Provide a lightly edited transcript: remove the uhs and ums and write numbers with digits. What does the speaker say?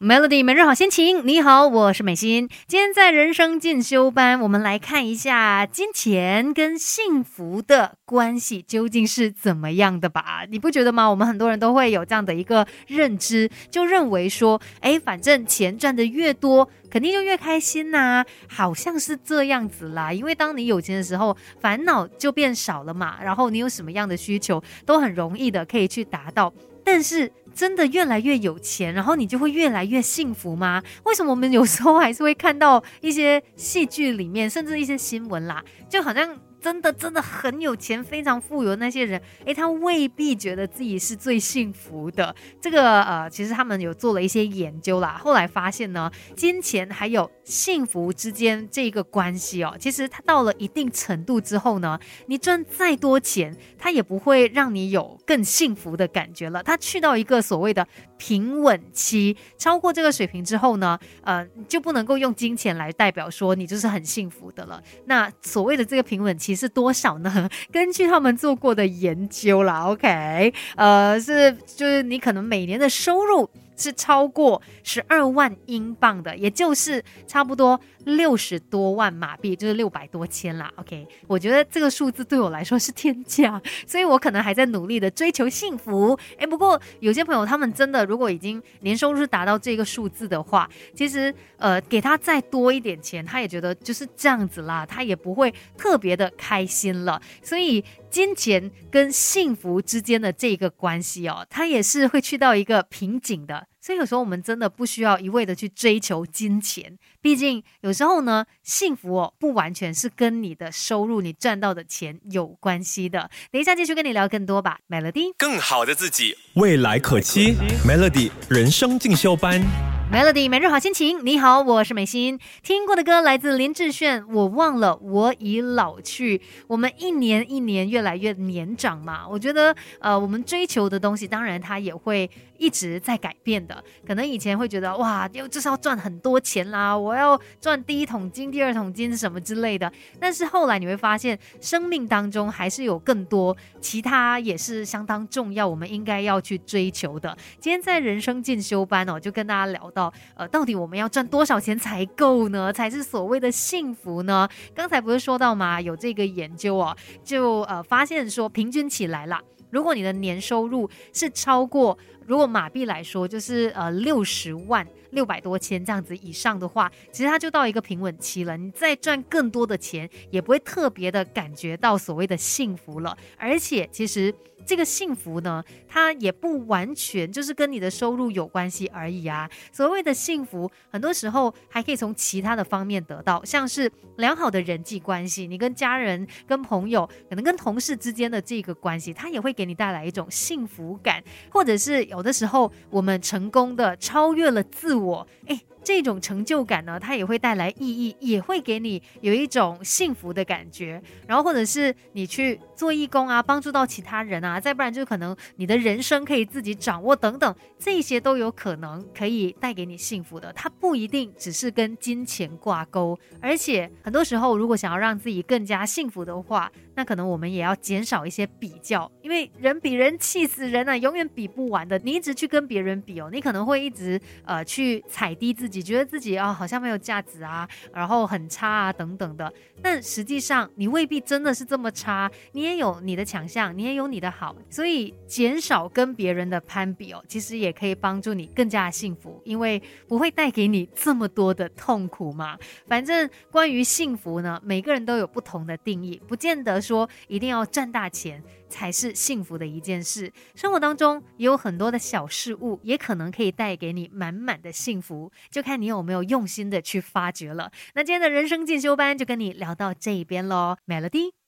Melody 每日好心情，你好，我是美心。今天在人生进修班，我们来看一下金钱跟幸福的关系究竟是怎么样的吧？你不觉得吗？我们很多人都会有这样的一个认知，就认为说，反正钱赚得越多，肯定就越开心呐，好像是这样子啦。因为当你有钱的时候，烦恼就变少了嘛，然后你有什么样的需求，都很容易的可以去达到。但是真的越来越有钱，然后你就会越来越幸福吗？为什么我们有时候还是会看到一些戏剧里面，甚至一些新闻啦，就好像真的很有钱，非常富有的那些人，他未必觉得自己是最幸福的。这个其实他们有做了一些研究啦，后来发现呢，金钱还有幸福之间这个关系其实它到了一定程度之后呢，你赚再多钱，它也不会让你有更幸福的感觉了。它去到一个所谓的平稳期，超过这个水平之后呢，就不能够用金钱来代表说你就是很幸福的了。那所谓的这个平稳期是多少呢？根据他们做过的研究啦 ，OK，就是你可能每年的收入是超过12万英镑的，也就是差不多60多万马币，就是600多千啦。OK， 我觉得这个数字对我来说是天价，所以我可能还在努力的追求幸福。不过有些朋友他们真的如果已经年收入是达到这个数字的话，其实给他再多一点钱，他也觉得就是这样子啦，他也不会特别的开心了。所以金钱跟幸福之间的这个关系它也是会去到一个瓶颈的。所以有时候我们真的不需要一味的去追求金钱，毕竟有时候呢，幸福不完全是跟你的收入、你赚到的钱有关系的。等一下继续跟你聊更多吧 ，Melody。 更好的自己，未来可期。Melody 人生进修班。 Melody 每日好心情，你好，我是美心。听过的歌来自林志炫，我忘了我已老去。我们一年一年越来越年长嘛，我觉得我们追求的东西，当然它也会一直在改变的。可能以前会觉得哇，就是要赚很多钱啦，我要赚第一桶金、第二桶金什么之类的。但是后来你会发现，生命当中还是有更多其他也是相当重要，我们应该要去追求的。今天在人生进修班就跟大家聊到。到底我们要赚多少钱才够呢？才是所谓的幸福呢？刚才不是说到吗？有这个研究就发现说平均起来啦，如果你的年收入是超过，如果马币来说就是60万600多千这样子以上的话，其实它就到一个平稳期了。你再赚更多的钱，也不会特别的感觉到所谓的幸福了。而且其实这个幸福呢，它也不完全就是跟你的收入有关系而已啊。所谓的幸福，很多时候还可以从其他的方面得到，像是良好的人际关系，你跟家人、跟朋友，可能跟同事之间的这个关系，它也会给你带来一种幸福感，或者是有的时候我们成功的超越了自我，这种成就感呢，它也会带来意义，也会给你有一种幸福的感觉。然后或者是你去做义工啊，帮助到其他人啊，再不然就可能你的人生可以自己掌握等等，这些都有可能可以带给你幸福的。它不一定只是跟金钱挂钩，而且很多时候如果想要让自己更加幸福的话，那可能我们也要减少一些比较，因为人比人气死人啊，永远比不完的。你一直去跟别人比你可能会一直去踩低自己，觉得自己好像没有价值啊，然后很差啊等等的。但实际上你未必真的是这么差，你也有你的强项，你也有你的好，所以减少跟别人的攀比其实也可以帮助你更加幸福，因为不会带给你这么多的痛苦嘛。反正关于幸福呢，每个人都有不同的定义，不见得说一定要赚大钱才是幸福的一件事。生活当中也有很多的小事物，也可能可以带给你满满的幸福，就看你有没有用心的去发掘了。那今天的人生进修班就跟你聊到这一边咯 Melody。